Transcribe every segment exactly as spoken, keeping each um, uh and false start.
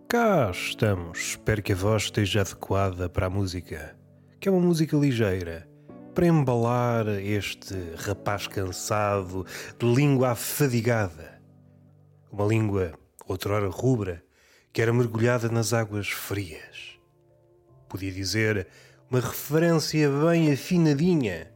Cá estamos, espero que a voz esteja adequada para a música, que é uma música ligeira, para embalar este rapaz cansado, de língua afadigada. Uma língua, outrora rubra, que era mergulhada nas águas frias. Podia dizer uma referência bem afinadinha.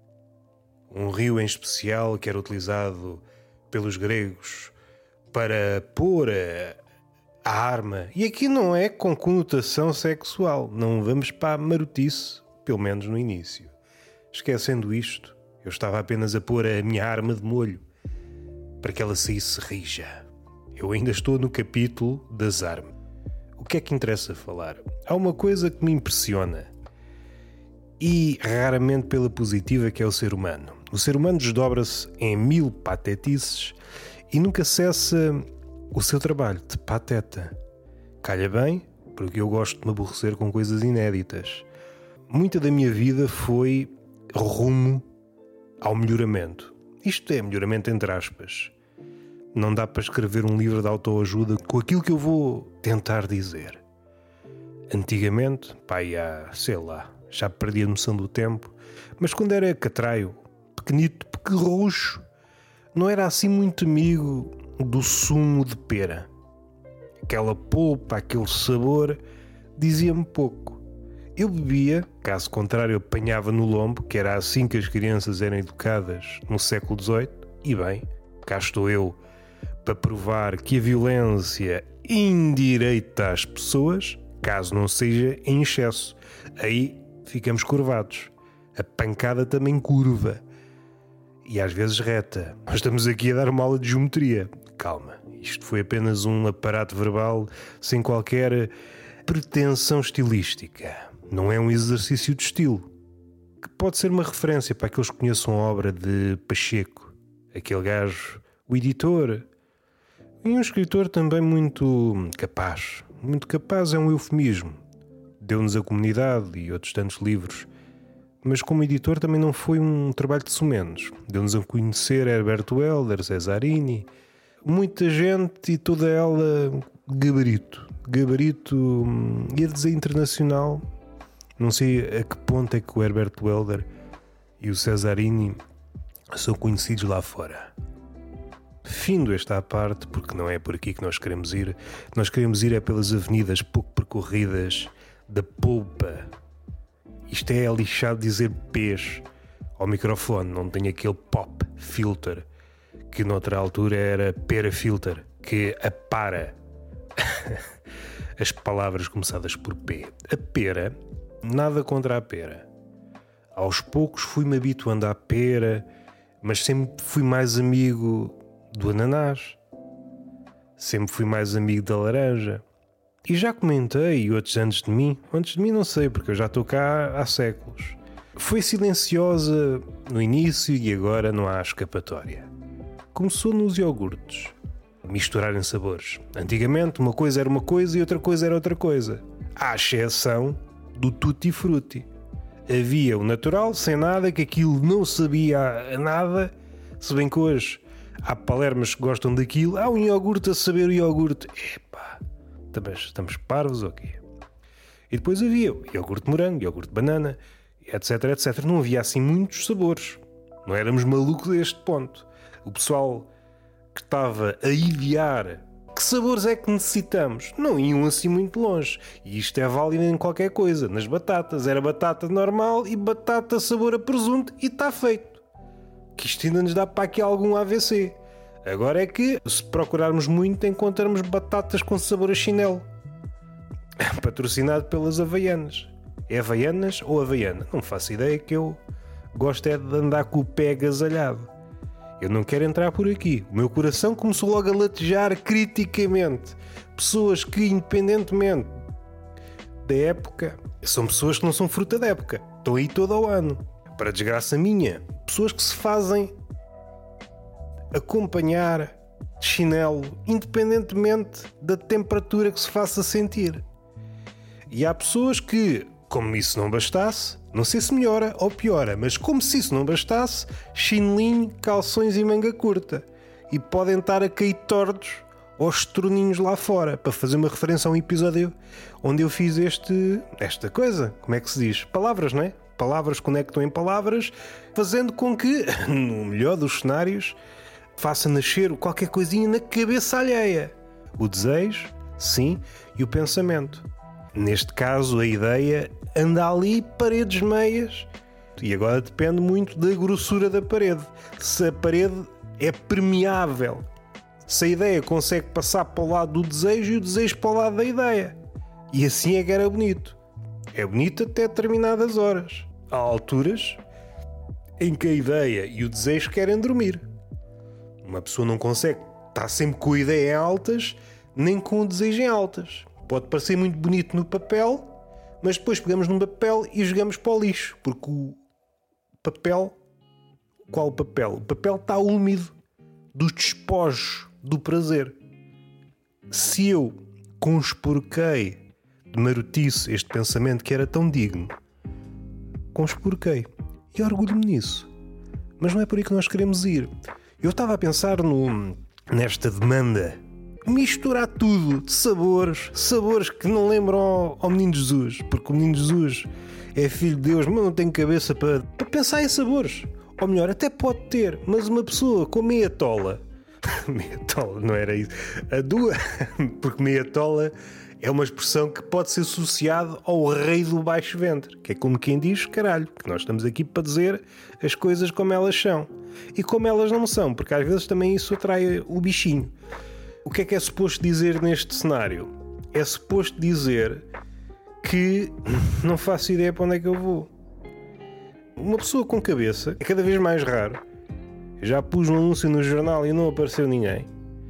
Um rio em especial que era utilizado pelos gregos para pôr a a arma. E aqui não é com conotação sexual. Não vamos para a marotice, pelo menos no início. Esquecendo isto, eu estava apenas a pôr a minha arma de molho para que ela saísse rija. Eu ainda estou no capítulo das armas. O que é que interessa falar? Há uma coisa que me impressiona, e raramente pela positiva, que é o ser humano. O ser humano desdobra-se em mil patetices e nunca cessa o seu trabalho de pateta. Calha bem, porque eu gosto de me aborrecer com coisas inéditas. Muita da minha vida foi rumo ao melhoramento. Isto é melhoramento entre aspas. Não dá para escrever um livro de autoajuda com aquilo que eu vou tentar dizer. Antigamente, pá, já, sei lá, já perdi a noção do tempo, mas quando era catraio, pequenito, pequerrucho, não era assim muito amigo do sumo de pera. Aquela polpa, aquele sabor, dizia-me pouco. Eu bebia, caso contrário eu apanhava no lombo, que era assim que as crianças eram educadas no século dezoito, e bem, cá estou eu para provar que a violência indireita às pessoas, caso não seja em excesso, aí ficamos curvados. A pancada também curva. E às vezes reta. Nós estamos aqui a dar uma aula de geometria. Calma, isto foi apenas um aparato verbal sem qualquer pretensão estilística. Não é um exercício de estilo. Que pode ser uma referência para aqueles que conheçam a obra de Pacheco. Aquele gajo, o editor. E um escritor também muito capaz. Muito capaz é um eufemismo. Deu-nos a Comunidade e outros tantos livros. Mas como editor também não foi um trabalho de sumenos. Deu-nos a conhecer Herberto Helder, Cesarini, muita gente e toda ela gabarito. Gabarito, ia dizer internacional. Não sei a que ponto é que o Herberto Helder e o Cesarini são conhecidos lá fora. Findo esta à parte, porque não é por aqui que nós queremos ir. Nós queremos ir é pelas avenidas pouco percorridas da polpa. Isto é lixado dizer peixe ao microfone, não tem aquele pop filter que noutra altura era pera filter, que apara as palavras começadas por P. A pera, nada contra a pera. Aos poucos fui-me habituando à pera, mas sempre fui mais amigo do ananás, sempre fui mais amigo da laranja. E já comentei, e outros antes de mim, antes de mim não sei, porque eu já estou cá há séculos. Foi silenciosa no início e agora não há escapatória. Começou nos iogurtes, misturarem sabores. Antigamente uma coisa era uma coisa e outra coisa era outra coisa. À exceção do tutti frutti. Havia o natural, sem nada, que aquilo não sabia a nada, se bem que hoje há palermas que gostam daquilo. Há um iogurte a saber o iogurte. Epá! Estamos parvos ou quê? E depois havia iogurte de morango, iogurte de banana, etc, etc. Não havia assim muitos sabores. Não éramos malucos a este ponto. O pessoal que estava a idear que sabores é que necessitamos não iam assim muito longe. E isto é válido em qualquer coisa. Nas batatas era batata normal e batata sabor a presunto e está feito. Que isto ainda nos dá para aqui algum A V C. Agora é que, se procurarmos muito, encontramos batatas com sabor a chinelo. Patrocinado pelas Havaianas. É Havaianas ou Havaiana? Não faço ideia, que eu gosto é de andar com o pé agasalhado. Eu não quero entrar por aqui. O meu coração começou logo a latejar criticamente. Pessoas que, independentemente da época, são pessoas que não são fruta da época. Estão aí todo o ano. Para desgraça minha. Pessoas que se fazem acompanhar de chinelo, independentemente da temperatura que se faça sentir. E há pessoas que, como isso não bastasse, não sei se melhora ou piora, mas como se isso não bastasse, chinelinho, calções e manga curta. E podem estar a cair tortos aos troninhos lá fora, para fazer uma referência a um episódio onde eu fiz este, esta coisa. Como é que se diz? Palavras, não é? Palavras conectam em palavras, fazendo com que, no melhor dos cenários, faça nascer qualquer coisinha na cabeça alheia. O desejo, sim, e o pensamento. Neste caso, a ideia anda ali, paredes meias, e agora depende muito da grossura da parede. Se a parede é permeável, se a ideia consegue passar para o lado do desejo e o desejo para o lado da ideia. E assim é que era bonito. É bonito até determinadas horas. Há alturas em que a ideia e o desejo querem dormir. Uma pessoa não consegue estar sempre com a ideia em altas, nem com o desejo em altas. Pode parecer muito bonito no papel, mas depois pegamos num papel e jogamos para o lixo. Porque o papel... Qual o papel? O papel está úmido dos despojos do prazer. Se eu conspurquei de marotice este pensamento que era tão digno, conspurquei e orgulho-me nisso. Mas não é por aí que nós queremos ir. Eu estava a pensar no, nesta demanda, misturar tudo de sabores, sabores que não lembram ao, ao Menino Jesus, porque o Menino Jesus é filho de Deus, mas não tem cabeça para, para pensar em sabores. Ou melhor, até pode ter, mas uma pessoa com meia tola, meia tola, não era isso, a duas, porque meia tola é uma expressão que pode ser associada ao rei do baixo ventre, que é como quem diz, caralho, que nós estamos aqui para dizer as coisas como elas são. E como elas não são, porque às vezes também isso atrai o bichinho. O que é que é suposto dizer neste cenário? É suposto dizer que não faço ideia para onde é que eu vou. Uma pessoa com cabeça é cada vez mais raro. Eu já pus um anúncio no jornal e não apareceu ninguém.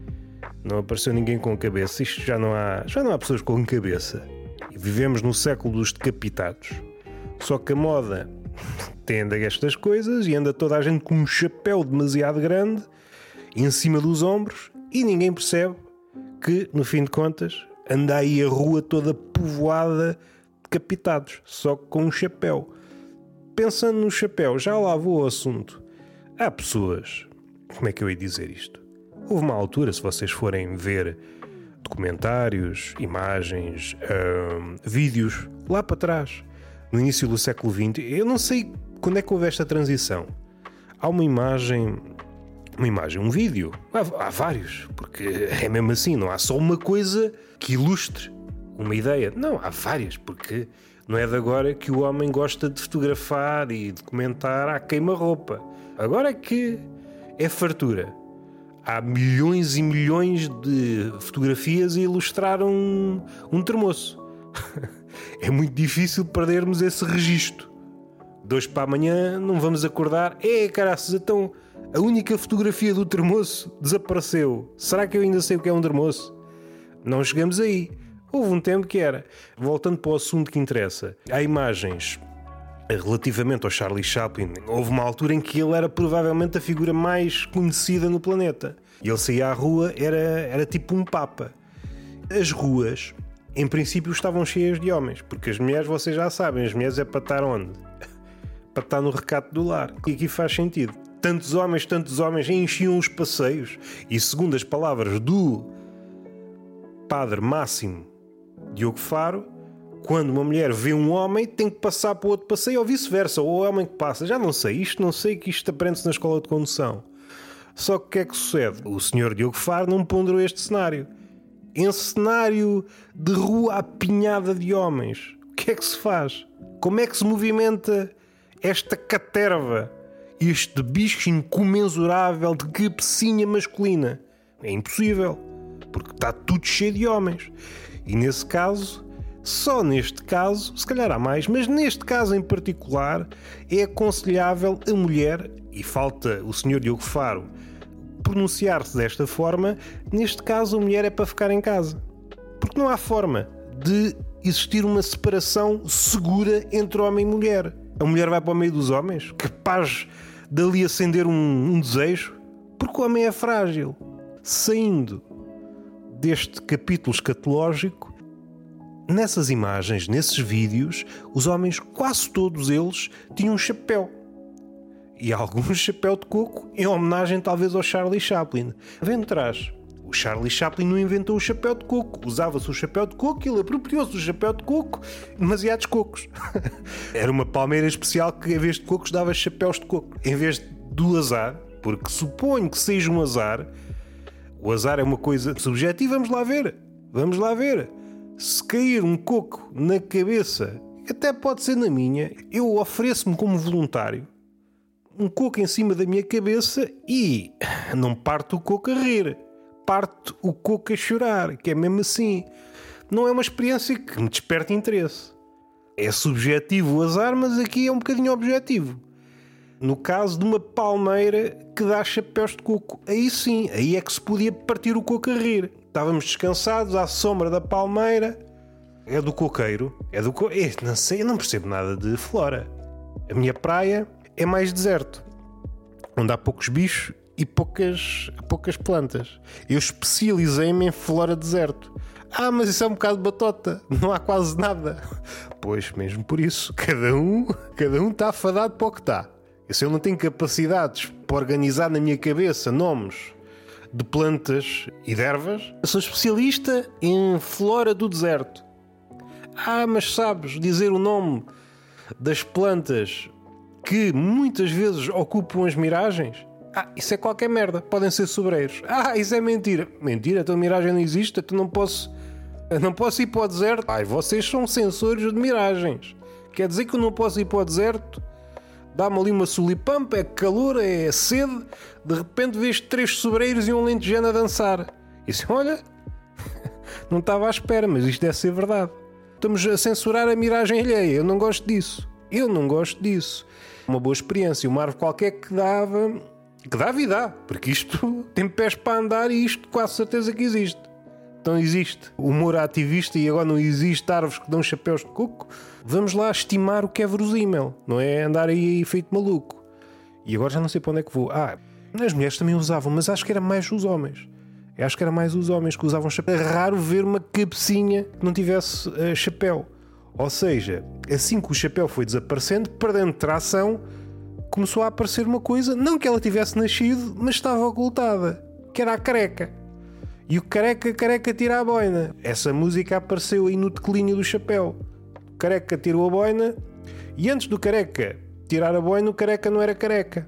Não apareceu ninguém com cabeça. Isto já não há, já não há pessoas com cabeça. E vivemos no século dos decapitados. Só que a moda tende a estas coisas e anda toda a gente com um chapéu demasiado grande em cima dos ombros e ninguém percebe que, no fim de contas, anda aí a rua toda povoada de decapitados, só com um chapéu. Pensando no chapéu, já lá vou ao assunto. Há pessoas... Como é que eu ia dizer isto? Houve uma altura, se vocês forem ver documentários, imagens, hum, vídeos, lá para trás, no início do século vinte, eu não sei quando é que houve esta transição. Há uma imagem, uma imagem, um vídeo, há, há vários, porque é mesmo assim, não há só uma coisa que ilustre uma ideia. Não, há várias, porque não é de agora que o homem gosta de fotografar e documentar à queima-roupa. Agora é que é fartura. Há milhões e milhões de fotografias a ilustrar um, um termoço. É muito difícil perdermos esse registro. De hoje para amanhã não vamos acordar. É, caraças, então a única fotografia do termoço desapareceu. Será que eu ainda sei o que é um termoço? Não chegamos aí. Houve um tempo que era. Voltando para o assunto que interessa. Há imagens relativamente ao Charlie Chaplin. Houve uma altura em que ele era provavelmente a figura mais conhecida no planeta. E ele saía à rua, era, era tipo um papa. As ruas, em princípio, estavam cheias de homens. Porque as mulheres, vocês já sabem, as mulheres é para estar onde? Para estar no recato do lar. E aqui faz sentido. Tantos homens, tantos homens enchiam os passeios. E segundo as palavras do Padre Máximo Diogo Faro, quando uma mulher vê um homem, tem que passar para o outro passeio ou vice-versa, ou o homem que passa. Já não sei, isto não sei, que isto aprende-se na escola de condução. Só que o que é que sucede? O senhor Diogo Faro não ponderou este cenário. Em cenário de rua apinhada de homens, o que é que se faz? Como é que se movimenta esta caterva, este bicho incomensurável de cabecinha masculina? É impossível, porque está tudo cheio de homens. E nesse caso... Só neste caso, se calhar há mais, mas neste caso em particular, é aconselhável a mulher, e falta o senhor Diogo Faro pronunciar-se desta forma, neste caso a mulher é para ficar em casa. Porque não há forma de existir uma separação segura entre homem e mulher. A mulher vai para o meio dos homens, capaz de ali acender um, um desejo, porque o homem é frágil. Saindo deste capítulo escatológico, nessas imagens, nesses vídeos, os homens, quase todos eles, tinham um chapéu. E alguns chapéu de coco, em homenagem talvez ao Charlie Chaplin. Vem atrás, O Charlie Chaplin não inventou o chapéu de coco. Usava-se o chapéu de coco e ele apropriou-se do chapéu de coco demasiados cocos. Era uma palmeira especial que, em vez de cocos, dava chapéus de coco. Em vez do azar, porque suponho que seja um azar, o azar é uma coisa subjetiva, vamos lá ver. Vamos lá ver. Se cair um coco na cabeça, até pode ser na minha, eu ofereço-me como voluntário um coco em cima da minha cabeça e não parto o coco a rir. Parte o coco a chorar, que é mesmo assim. Não é uma experiência que me desperte interesse. É subjetivo o azar, mas aqui é um bocadinho objetivo. No caso de uma palmeira que dá chapéus de coco, aí sim, aí é que se podia partir o coco a rir. Estávamos descansados à sombra da palmeira. É do coqueiro. É do co... é, não sei, eu não percebo nada de flora. A minha praia é mais deserto, onde há poucos bichos e poucas, poucas plantas. Eu especializei-me em flora deserto. Ah, mas isso é um bocado de batota, não há quase nada. Pois, mesmo por isso, cada um, cada um está afadado para o que está. E se eu não tenho capacidades para organizar na minha cabeça nomes de plantas e de ervas, eu sou especialista em flora do deserto. Ah, mas sabes dizer o nome das plantas que muitas vezes ocupam as miragens? Ah, isso é qualquer merda. Podem ser sobreiros. Ah, isso é mentira. Mentira, a tua miragem não existe. Tu não posso, não posso ir para o deserto. Ai, vocês são sensores de miragens. Quer dizer que eu não posso ir para o deserto? Dá-me ali uma solipampa, é calor, é sede. De repente vês três sobreiros e um lentejano a dançar. Isso, olha, não estava à espera, mas isto deve ser verdade. Estamos a censurar a miragem alheia. Eu não gosto disso. Eu não gosto disso. Uma boa experiência. Uma árvore qualquer que dava... que dava e dá. Porque isto tem pés para andar e isto quase certeza que existe. Então existe humor ativista e agora não existe árvores que dão chapéus de coco. Vamos lá estimar o que é verosímil. Não é andar aí feito maluco. E agora já não sei para onde é que vou. Ah, as mulheres também usavam, mas acho que era mais os homens. Eu acho que era mais os homens que usavam chapéu. É raro ver uma cabecinha que não tivesse uh, chapéu. Ou seja, assim que o chapéu foi desaparecendo, perdendo tração, começou a aparecer uma coisa, não que ela tivesse nascido, mas estava ocultada, que era a careca. E o careca, careca tira a boina. Essa música apareceu aí no declínio do chapéu. O careca tirou a boina e antes do careca tirar a boina, o careca não era careca.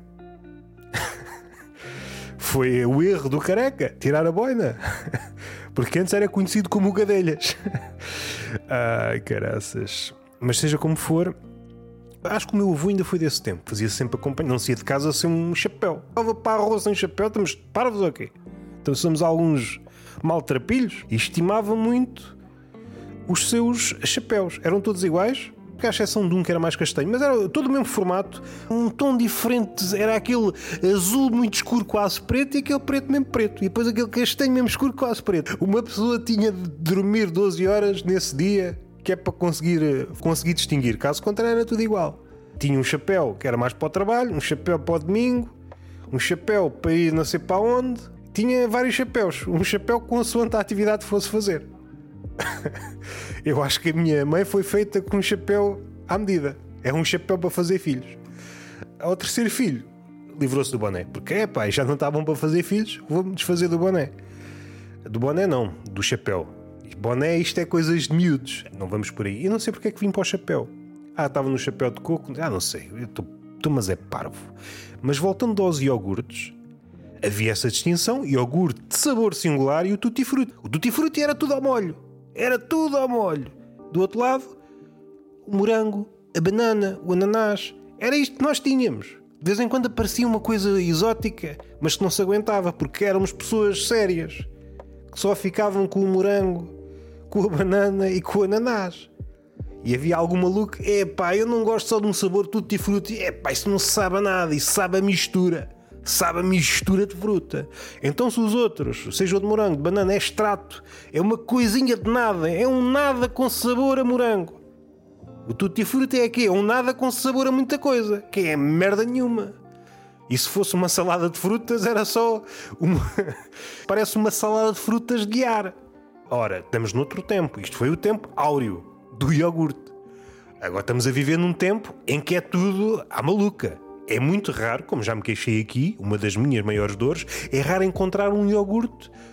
Foi o erro do careca, tirar a boina. Porque antes era conhecido como o Gadelhas. Ai, caraças. Mas seja como for, acho que o meu avô ainda foi desse tempo. Fazia sempre a companhia. Não saía de casa sem um chapéu. Estava para a rua sem chapéu. Estamos parvos ou quê? Então somos alguns maltrapilhos. E estimava muito os seus chapéus. Eram todos iguais. À exceção de um que era mais castanho, mas era todo o mesmo formato, um tom diferente, era aquele azul muito escuro quase preto e aquele preto mesmo preto, e depois aquele castanho mesmo escuro quase preto. Uma pessoa tinha de dormir doze horas nesse dia, que é para conseguir, conseguir distinguir, caso contrário era tudo igual. Tinha um chapéu que era mais para o trabalho, um chapéu para o domingo, um chapéu para ir não sei para onde, tinha vários chapéus, um chapéu consoante a atividade que fosse fazer. Eu acho que a minha mãe foi feita com um chapéu à medida. É um chapéu para fazer filhos. Ao terceiro filho livrou-se do boné, porque é pá, já não está bom para fazer filhos, vou-me desfazer do boné. Do boné não, do chapéu. Boné, isto é coisas de miúdos, não vamos por aí. Eu não sei porque é que vim para o chapéu. Ah, estava no chapéu de coco. Ah, não sei, eu estou, mas é parvo. Mas voltando aos iogurtes, havia essa distinção, iogurte de sabor singular e o tutti-frutti. O tutti-frutti era tudo ao molho. Era tudo ao molho. Do outro lado, o morango, a banana, o ananás. Era isto que nós tínhamos. De vez em quando aparecia uma coisa exótica, mas que não se aguentava, porque éramos pessoas sérias, que só ficavam com o morango, com a banana e com o ananás. E havia algum maluco, é pá, eu não gosto só de um sabor tutti-frutti. É pá, isso não sabe a nada, isso sabe a mistura. Sabe a mistura de fruta. Então se os outros, seja o de morango, de banana, é extrato, é uma coisinha de nada, é um nada com sabor a morango. O tutti-frutti é aqui, é um nada com sabor a muita coisa, que é merda nenhuma. E se fosse uma salada de frutas era só uma... parece uma salada de frutas de ar. Ora, estamos noutro tempo, isto foi o tempo áureo do iogurte. Agora estamos a viver num tempo em que é tudo à maluca. É muito raro, como já me queixei aqui, uma das minhas maiores dores, é raro encontrar um iogurte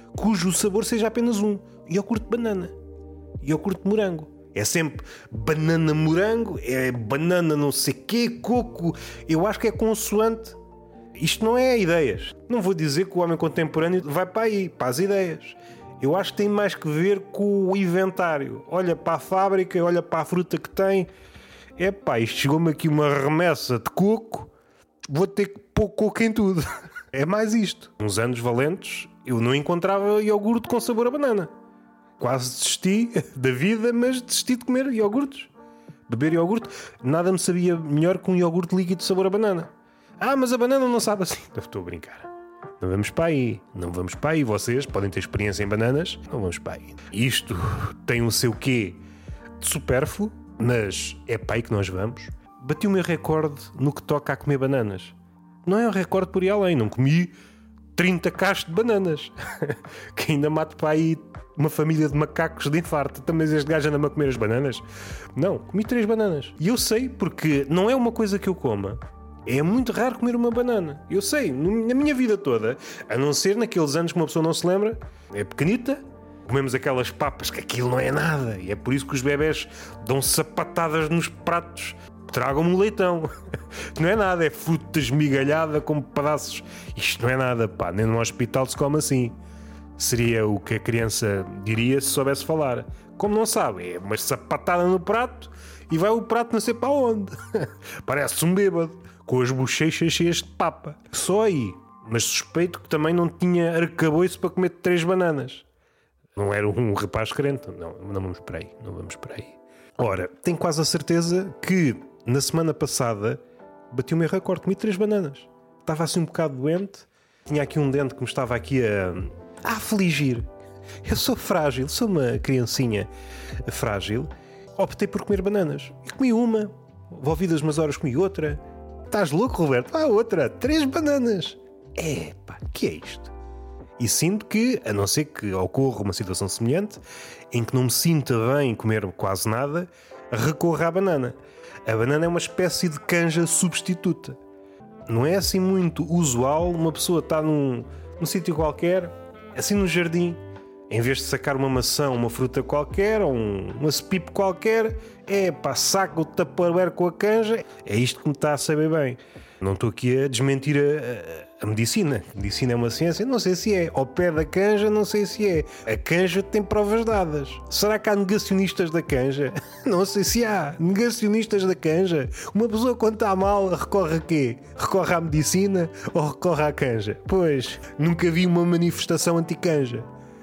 cujo sabor seja apenas um: iogurte de banana, iogurte de morango. É sempre banana morango, é banana não sei quê, coco. Eu acho que é consoante. Isto não é ideias. Não vou dizer que o homem contemporâneo vai para aí, para as ideias. Eu acho que tem mais que ver com o inventário. Olha para a fábrica, olha para a fruta que tem. Epá, isto chegou-me aqui uma remessa de coco, vou ter que pôr coco em tudo. É mais isto. Uns anos valentes, eu não encontrava iogurte com sabor a banana. Quase desisti da vida, mas desisti de comer iogurtes. Beber iogurte, nada me sabia melhor que um iogurte líquido de sabor a banana. Ah, mas a banana não sabe assim. Estou a brincar. Não vamos para aí. Não vamos para aí. Vocês podem ter experiência em bananas. Não vamos para aí. Isto tem o seu quê de supérfluo, mas é para aí que nós vamos. Bati o meu recorde no que toca a comer bananas. Não é um recorde por ir além. Não comi trinta cachos de bananas. Que ainda mato para aí uma família de macacos de infarto. Também este gajo anda-me a comer as bananas. Não, comi três bananas. E eu sei, porque não é uma coisa que eu coma. É muito raro comer uma banana. Eu sei, na minha vida toda, a não ser naqueles anos que uma pessoa não se lembra, é pequenita, comemos aquelas papas que aquilo não é nada. E é por isso que os bebés dão sapatadas nos pratos. Tragam-me um leitão. Não é nada, é fruta esmigalhada com pedaços. Isto não é nada, pá. Nem no hospital se come assim. Seria o que a criança diria se soubesse falar. Como não sabe, é uma sapatada no prato e vai o prato nascer para onde? Parece um bêbado, com as bochechas cheias de papa. Só aí. Mas suspeito que também não tinha arcabouço para comer três bananas. Não era um rapaz crente. Não, não vamos para aí. Não vamos para aí. Ora, tenho quase a certeza que na semana passada bati o meu recorde. Comi três bananas. Estava assim um bocado doente. Tinha aqui um dente que me estava aqui a, a afligir. Eu sou frágil. Sou uma criancinha frágil. Optei por comer bananas. E comi uma. Envolvidas umas horas comi outra. Estás louco, Roberto? Ah, outra. Três bananas. Epá, que é isto? E sinto que, a não ser que ocorra uma situação semelhante, em que não me sinta bem comer quase nada, recorro à banana. A banana é uma espécie de canja substituta. Não é assim muito usual uma pessoa estar num, num sítio qualquer, assim no jardim, em vez de sacar uma maçã, uma fruta qualquer, ou um, uma cepipe qualquer, é pá, saca o tupperware com a canja. É isto que me está a saber bem. Não estou aqui a desmentir a, a, a medicina. A medicina é uma ciência, não sei se é. Ao pé da canja, não sei se é. A canja tem provas dadas. Será que há negacionistas da canja? Não sei se há. Negacionistas da canja. Uma pessoa quando está mal recorre a quê? Recorre à medicina ou recorre à canja? Pois, nunca vi uma manifestação anti-canja.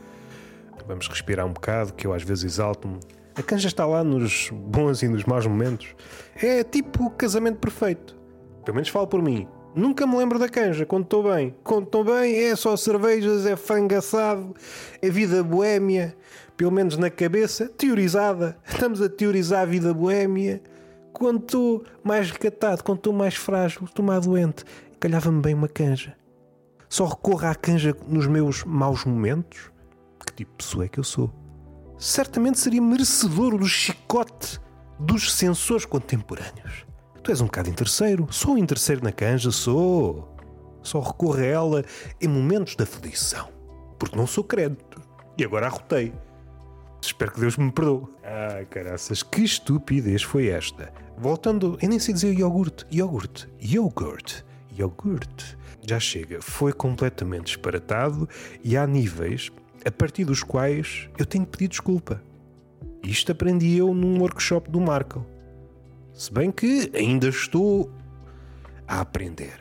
Vamos respirar um bocado, que eu às vezes exalto-me. A canja está lá nos bons e nos maus momentos. É tipo o casamento perfeito. Pelo menos falo por mim. Nunca me lembro da canja quando estou bem. Quando estou bem é só cervejas, é frango assado, é vida boémia. Pelo menos na cabeça, teorizada. Estamos a teorizar a vida boémia. Quando estou mais recatado, quando estou mais frágil, estou mais doente, calhava-me bem uma canja. Só recorro à canja nos meus maus momentos? Que tipo de pessoa é que eu sou? Certamente seria merecedor do chicote dos censores contemporâneos. Tu és um bocado interesseiro. Sou um interesseiro na canja, sou. Só recorro a ela em momentos de aflição. Porque não sou crédito. E agora arrotei. Espero que Deus me perdoe. Ai, caraças, que estupidez foi esta. Voltando, eu nem sei dizer iogurte. Iogurte. Iogurte. Iogurte. Já chega. Foi completamente disparatado e há níveis a partir dos quais eu tenho que pedir desculpa. Isto aprendi eu num workshop do Marco. Se bem que ainda estou a aprender.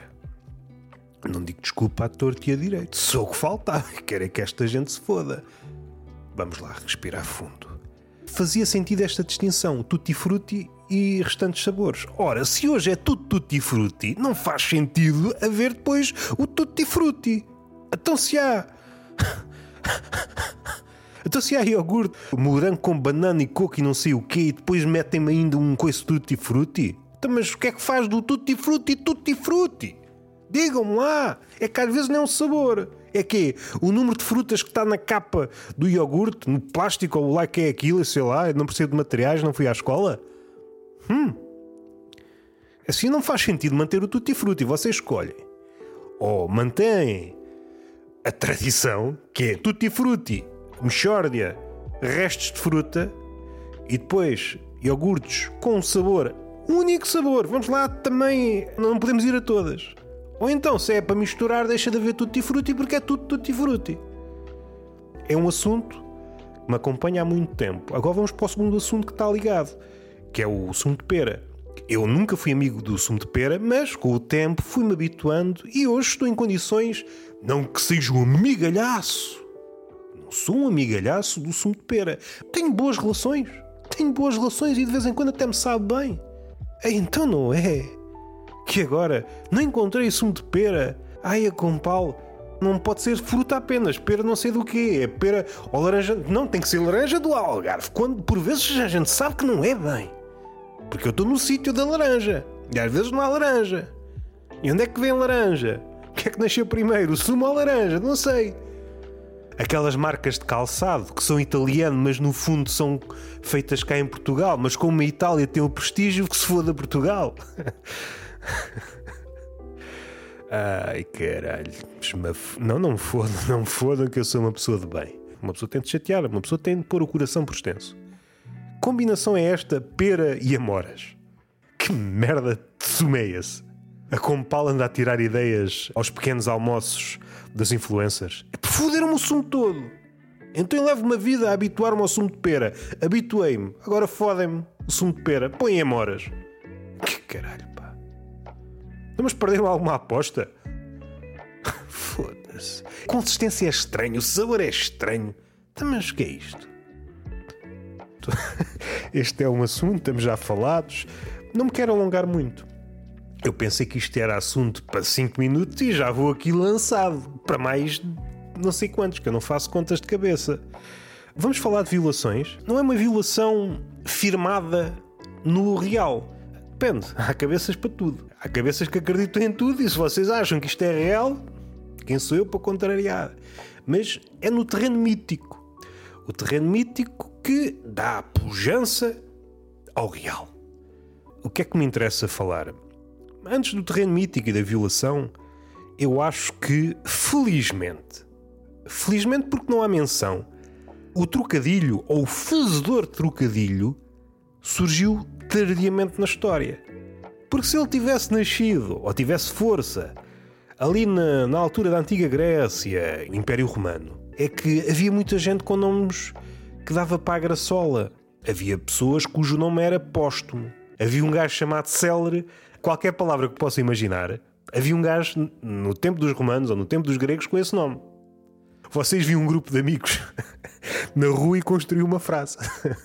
Não digo desculpa à torto e a direito. Sou o que faltava. Quero é que esta gente se foda. Vamos lá, respirar fundo. Fazia sentido esta distinção, tutti-frutti e restantes sabores. Ora, se hoje é tudo tutti-frutti, não faz sentido haver depois o tutti-frutti. Então se há... Então se há iogurte, morango com banana e coco e não sei o quê, e depois metem-me ainda um coice tutti-frutti? Então, mas o que é que faz do tutti-frutti tutti-frutti? Digam-me lá. É que às vezes não é um sabor. É que o número de frutas que está na capa do iogurte, no plástico ou lá que é aquilo, sei lá, eu não percebo de materiais, não fui à escola. Hum. Assim não faz sentido manter o tutti-frutti, vocês escolhem. Ou mantêm a tradição, que é tutti frutti, mexórdia, restos de fruta e depois iogurtes com sabor, único sabor. Vamos lá também, não podemos ir a todas. Ou então, se é para misturar, deixa de haver tutti frutti porque é tudo tutti frutti. É um assunto que me acompanha há muito tempo. Agora vamos para o segundo assunto que está ligado, que é o sumo de pera. Eu nunca fui amigo do sumo de pera, mas com o tempo fui-me habituando e hoje estou em condições, não que seja um amigalhaço, não sou um amigalhaço do sumo de pera. Tenho boas relações, tenho boas relações e de vez em quando até me sabe bem. Então não é que agora não encontrei sumo de pera. Ai, a Compal, não pode ser fruta apenas, pera não sei do quê, é pera ou laranja. Não, tem que ser laranja do Algarve, quando por vezes a gente sabe que não é bem. Porque eu estou no sítio da laranja e às vezes não há laranja. E onde é que vem a laranja? O que é que nasceu primeiro, o sumo ou a laranja? Não sei. Aquelas marcas de calçado que são italiano, mas no fundo são feitas cá em Portugal, mas como a Itália tem o prestígio que se foda a Portugal. Ai, caralho. Não, não me fodam, não me fodam que eu sou uma pessoa de bem. Uma pessoa tem de chatear, uma pessoa tem de pôr o coração por extenso. Combinação é esta, pera e amoras. Que merda de sumo é esse? A Compal anda a tirar ideias aos pequenos almoços das influencers. É por foder-me o sumo todo. Então eu levo uma vida a habituar-me ao sumo de pera. Habituei-me. Agora fodem-me o sumo de pera. Põe amoras. Que caralho, pá. Vamos perder alguma aposta? Foda-se. A consistência é estranha, o sabor é estranho. Mas o que é isto? Este é um assunto, estamos já falados. Não me quero alongar muito. Eu pensei que isto era assunto para cinco minutos e já vou aqui lançado para mais não sei quantos, que eu não faço contas de cabeça. Vamos falar de violações. Não é uma violação firmada no real. Depende, há cabeças para tudo. Há cabeças que acreditam em tudo e se vocês acham que isto é real, quem sou eu para contrariar? Mas é no terreno mítico. O terreno mítico que dá a pujança ao real. O que é que me interessa falar? Antes do terreno mítico e da violação, eu acho que, felizmente, felizmente porque não há menção, o trocadilho, ou o fazedor de trocadilho, surgiu tardiamente na história. Porque se ele tivesse nascido, ou tivesse força, ali na, na altura da antiga Grécia, Império Romano, é que havia muita gente com nomes que dava para a graçola. Havia pessoas cujo nome era póstumo. Havia um gajo chamado Célere. Qualquer palavra que possa imaginar, havia um gajo no tempo dos romanos ou no tempo dos gregos com esse nome. Vocês viam um grupo de amigos na rua e construíam uma frase.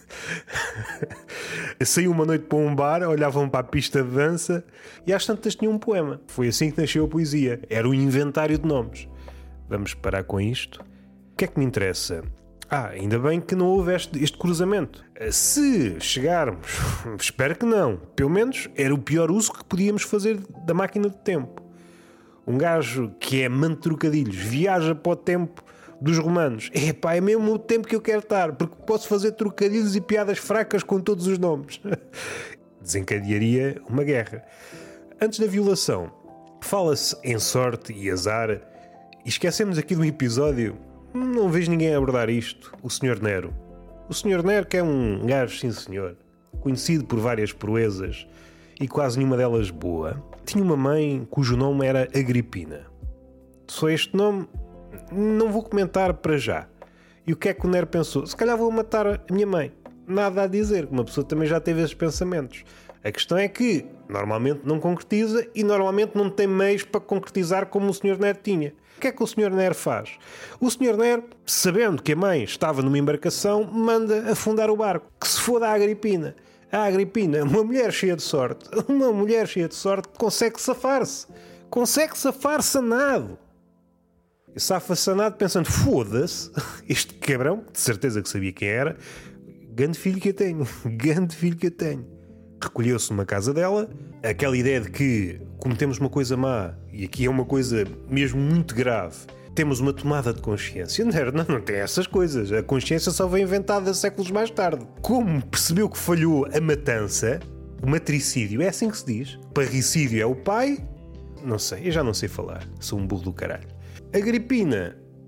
Saíam uma noite para um bar, olhavam para a pista de dança e às tantas tinham um poema. Foi assim que nasceu a poesia. Era um inventário de nomes. Vamos parar com isto. O que é que me interessa? Ah, ainda bem que não houve este, este cruzamento. Se chegarmos, espero que não, pelo menos era o pior uso que podíamos fazer da máquina de tempo. Um gajo que é amante de trocadilhos, viaja para o tempo dos romanos. Epá, é mesmo o tempo que eu quero estar, porque posso fazer trocadilhos e piadas fracas com todos os nomes. Desencadearia uma guerra. Antes da violação, fala-se em sorte e azar, e esquecemos aqui de um episódio. Não vejo ninguém abordar isto. O senhor Nero. O senhor Nero que é um gajo, sim senhor, conhecido por várias proezas e quase nenhuma delas boa, tinha uma mãe cujo nome era Agripina. Só este nome não vou comentar para já. E o que é que o Nero pensou? Se calhar vou matar a minha mãe. Nada a dizer, que uma pessoa também já teve esses pensamentos. A questão é que normalmente não concretiza e normalmente não tem meios para concretizar como o senhor Nero tinha. O que é que o senhor Nero faz? O senhor Nero, sabendo que a mãe estava numa embarcação, manda afundar o barco. Que se foda a Agripina. A Agripina, uma mulher cheia de sorte, uma mulher cheia de sorte consegue safar-se. Consegue safar-se a nado. E safa-se a nado pensando, foda-se, este cabrão, de certeza que sabia quem era, grande filho que eu tenho, grande filho que eu tenho. Recolheu-se numa casa dela, aquela ideia de que cometemos uma coisa má, e aqui é uma coisa mesmo muito grave, temos uma tomada de consciência. Não, não, não tem essas coisas. A consciência só foi inventada séculos mais tarde. Como percebeu que falhou a matança, o matricídio, é assim que se diz. Parricídio é o pai. Não sei, eu já não sei falar. Sou um burro do caralho. Agripina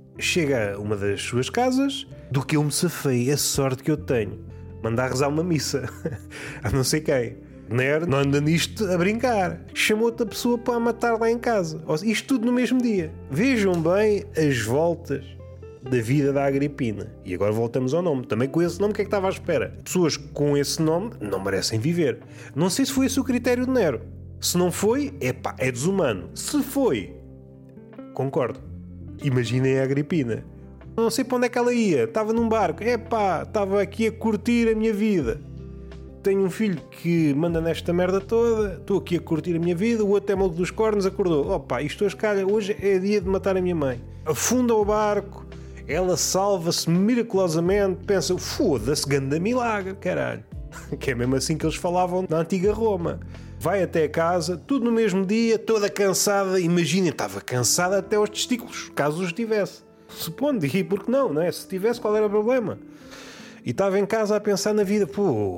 chega a uma das suas casas, do que eu me safei, a sorte que eu tenho, mandar rezar uma missa a não sei quem. Nero não anda nisto a brincar. Chamou outra pessoa para a matar lá em casa. Isto tudo no mesmo dia. Vejam bem as voltas da vida da Agripina. E agora voltamos ao nome. Também com esse nome, o que é que estava à espera? Pessoas com esse nome não merecem viver. Não sei se foi esse o critério de Nero. Se não foi, epá, é desumano. Se foi, concordo. Imaginem a Agripina. Não sei para onde é que ela ia. Estava num barco. Epá, estava aqui a curtir a minha vida. Tenho um filho que manda nesta merda toda. Estou aqui a curtir a minha vida. O outro é maluco dos cornos, acordou. Opa, isto hoje calha. Hoje é dia de matar a minha mãe. Afunda o barco. Ela salva-se miraculosamente. Pensa, foda-se, ganda milagre, caralho. Que é mesmo assim que eles falavam na antiga Roma. Vai até a casa, tudo no mesmo dia, toda cansada. Imaginem, estava cansada até aos testículos, caso os tivesse. Supondo, e por que não, não é? Se tivesse, qual era o problema? E estava em casa a pensar na vida.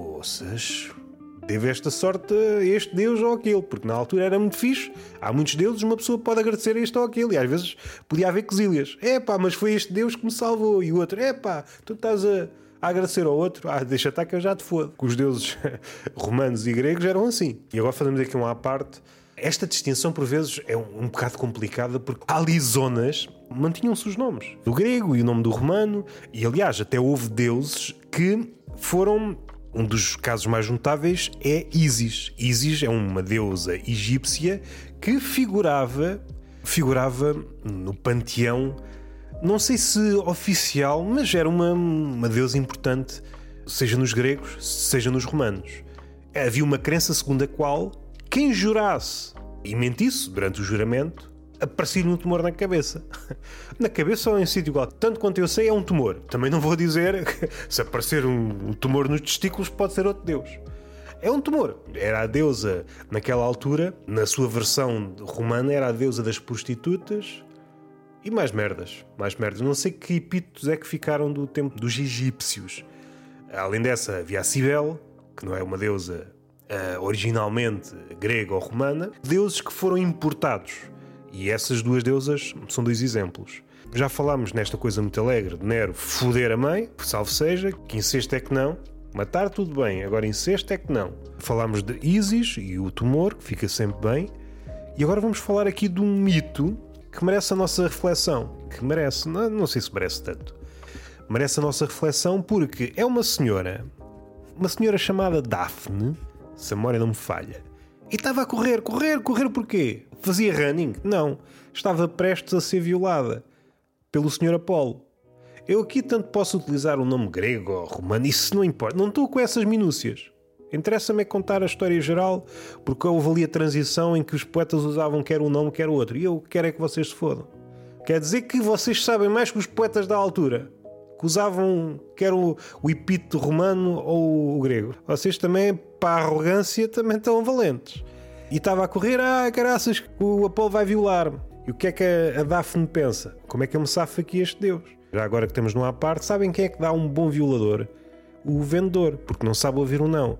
Poças, devo esta sorte a este Deus ou aquele. Porque na altura era muito fixe. Há muitos deuses, uma pessoa pode agradecer a este ou aquele. E às vezes podia haver quesilhas. É pá, mas foi este Deus que me salvou. E o outro, é pá, tu estás a, a agradecer ao outro. Ah, deixa estar que eu já te fodo. Que os deuses romanos e gregos eram assim. E agora fazemos aqui uma à parte. Esta distinção por vezes é um, um bocado complicada porque há ali zonas mantinham-se os nomes do grego e o nome do romano, e aliás até houve deuses que foram, um dos casos mais notáveis é Ísis. Ísis é uma deusa egípcia que figurava figurava no panteão, não sei se oficial, mas era uma, uma deusa importante, seja nos gregos, seja nos romanos. Havia uma crença segundo a qual quem jurasse e mentisse durante o juramento aparecia-lhe um tumor na cabeça. Na cabeça ou em sítio igual. Tanto quanto eu sei é um tumor. Também não vou dizer que se aparecer um tumor nos testículos pode ser outro deus. É um tumor. Era a deusa naquela altura, na sua versão romana, era a deusa das prostitutas e mais merdas. Mais merdas. Não sei que epítetos é que ficaram do tempo dos egípcios. Além dessa havia a Cibele, que não é uma deusa Uh, originalmente grega ou romana, deuses que foram importados. E essas duas deusas são dois exemplos. Já falámos nesta coisa muito alegre de Nero foder a mãe, salve seja, que incesto é que não. Matar tudo bem, agora incesto é que não. Falámos de Ísis e o tumor, que fica sempre bem. E agora vamos falar aqui de um mito que merece a nossa reflexão. Que merece, não, não sei se merece tanto. Merece a nossa reflexão porque é uma senhora, uma senhora chamada Daphne, se a memória não me falha, e estava a correr, correr, correr porquê? Fazia running? Não. Estava prestes a ser violada pelo senhor Apolo. Eu aqui tanto posso utilizar o nome grego ou romano, isso não importa. Não estou com essas minúcias. Interessa-me é contar a história geral, porque houve ali a transição em que os poetas usavam quer um nome, quer o outro. E eu quero é que vocês se fodam. Quer dizer que vocês sabem mais que os poetas da altura, que usavam quer o, o epíteto romano ou o grego. Vocês também, para a arrogância, também estão valentes. E estava a correr, ah, caraças, o Apolo vai violar-me. E o que é que a, a Daphne pensa? Como é que eu me safo aqui este Deus? Já agora que temos numa à parte, sabem quem é que dá um bom violador? O vendedor, porque não sabe ouvir um não.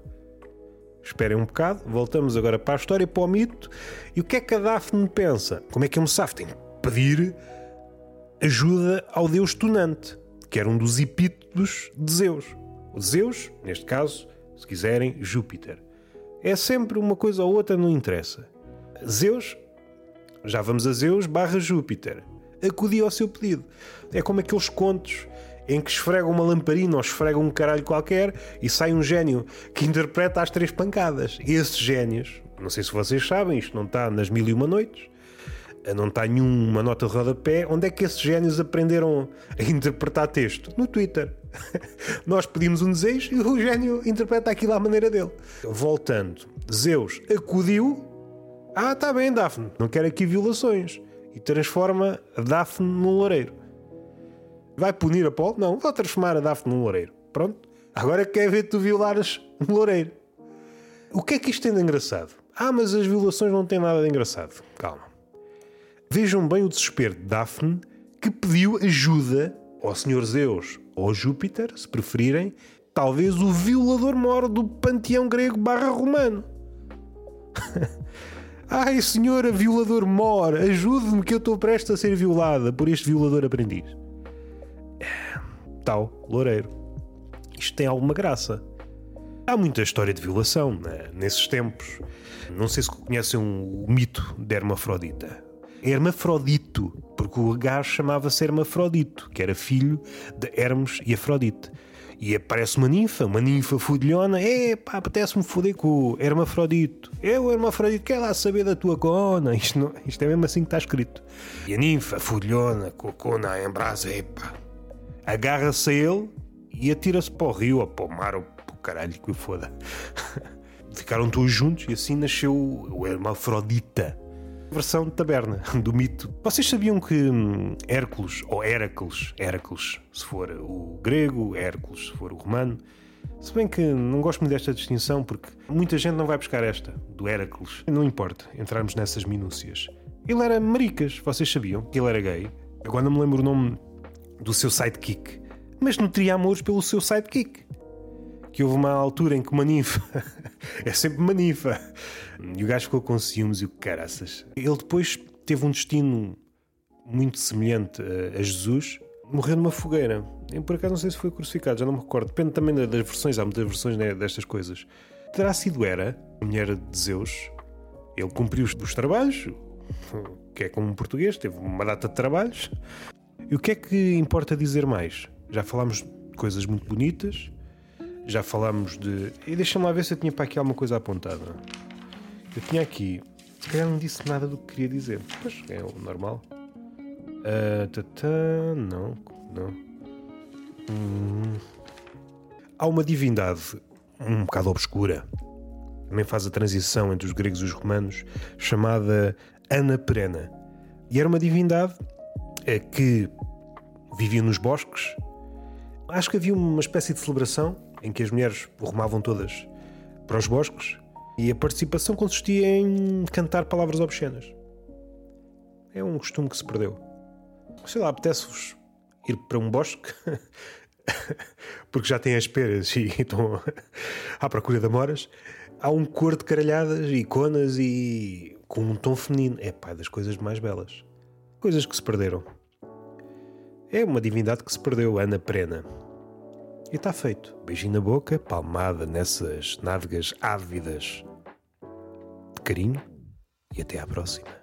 Esperem um bocado, voltamos agora para a história, para o mito. E o que é que a Daphne pensa? Como é que eu me safo? Tenho que pedir ajuda ao Deus Tunante, que era um dos epítetos de Zeus. O Zeus, neste caso, se quiserem, Júpiter. É sempre uma coisa ou outra, não interessa. Zeus, já vamos a Zeus barra Júpiter, acudia ao seu pedido. É como aqueles contos em que esfregam uma lamparina ou esfregam um caralho qualquer e sai um gênio que interpreta as três pancadas. E esses génios, não sei se vocês sabem, isto não está nas Mil e Uma Noites, não está nenhuma nota de rodapé. Onde é que esses génios aprenderam a interpretar texto? No Twitter. Nós pedimos um desejo e o gênio interpreta aquilo à maneira dele. Voltando, Zeus acudiu. Ah, está bem, Daphne, não quero aqui violações. E transforma a Daphne num loureiro. Vai punir Apolo? Não, vou transformar a Daphne num loureiro. Pronto. Agora quer ver tu violares um loureiro. O que é que isto tem de engraçado? Ah, mas as violações não têm nada de engraçado. Calma. Vejam bem o desespero de Daphne, que pediu ajuda ao senhor Zeus ou ao Júpiter, se preferirem, talvez o violador mor do panteão grego barra romano. Ai, senhora violador mor, ajude-me que eu estou prestes a ser violada por este violador aprendiz. Tal, loureiro. Isto tem alguma graça. Há muita história de violação, né, nesses tempos. Não sei se conhecem o mito de Hermafrodita. Hermafrodito, porque o gajo chamava-se Hermafrodito, que era filho de Hermes e Afrodite. E aparece uma ninfa, uma ninfa fudilhona. É pá, apetece-me foder com o Hermafrodito. É o Hermafrodito, quer lá saber da tua cona. Isto, não, isto é mesmo assim que está escrito. E a ninfa fudilhona, com a cona em brasa, epá, agarra-se a ele e atira-se para o rio ou para o mar ou para o caralho que o foda. Ficaram todos juntos e assim nasceu o Hermafrodita. Versão de taberna, do mito. Vocês sabiam que hum, Hércules, ou Heracles, Heracles, se for o grego, Hércules, se for o romano, se bem que não gosto muito desta distinção porque muita gente não vai buscar esta, do Heracles. Não importa entrarmos nessas minúcias. Ele era maricas, vocês sabiam que ele era gay? Agora não me lembro o nome do seu sidekick, mas nutria amores pelo seu sidekick. Que houve uma altura em que uma ninfa é sempre uma ninfa e o gajo ficou com ciúmes e o caraças. Ele depois teve um destino muito semelhante a, a Jesus, morreu numa fogueira. Eu por acaso não sei se foi crucificado, já não me recordo, depende também das versões, há muitas versões, né, destas coisas. Terá sido Hera, a mulher de Zeus. Ele cumpriu os, os trabalhos, que é como um português, teve uma data de trabalhos. E o que é que importa dizer mais? Já falámos de coisas muito bonitas. Já falámos de... E deixa-me lá ver se eu tinha para aqui alguma coisa apontada. Eu tinha aqui... Se calhar não disse nada do que queria dizer. Pois, é o normal. Uh, tata, não, não. Hum. Há uma divindade um bocado obscura. Também faz a transição entre os gregos e os romanos. Chamada Ana Perena. E era uma divindade é, que vivia nos bosques. Acho que havia uma espécie de celebração em que as mulheres rumavam todas para os bosques e a participação consistia em cantar palavras obscenas. É um costume que se perdeu. Sei lá, apetece-vos ir para um bosque porque já têm as peras e estão à procura de amoras. Há um cor de caralhadas e conas e com um tom feminino. É pá, das coisas mais belas. Coisas que se perderam. É uma divindade que se perdeu, Ana Perena. E está feito. Beijinho na boca, palmada nessas nádegas ávidas de carinho e até à próxima.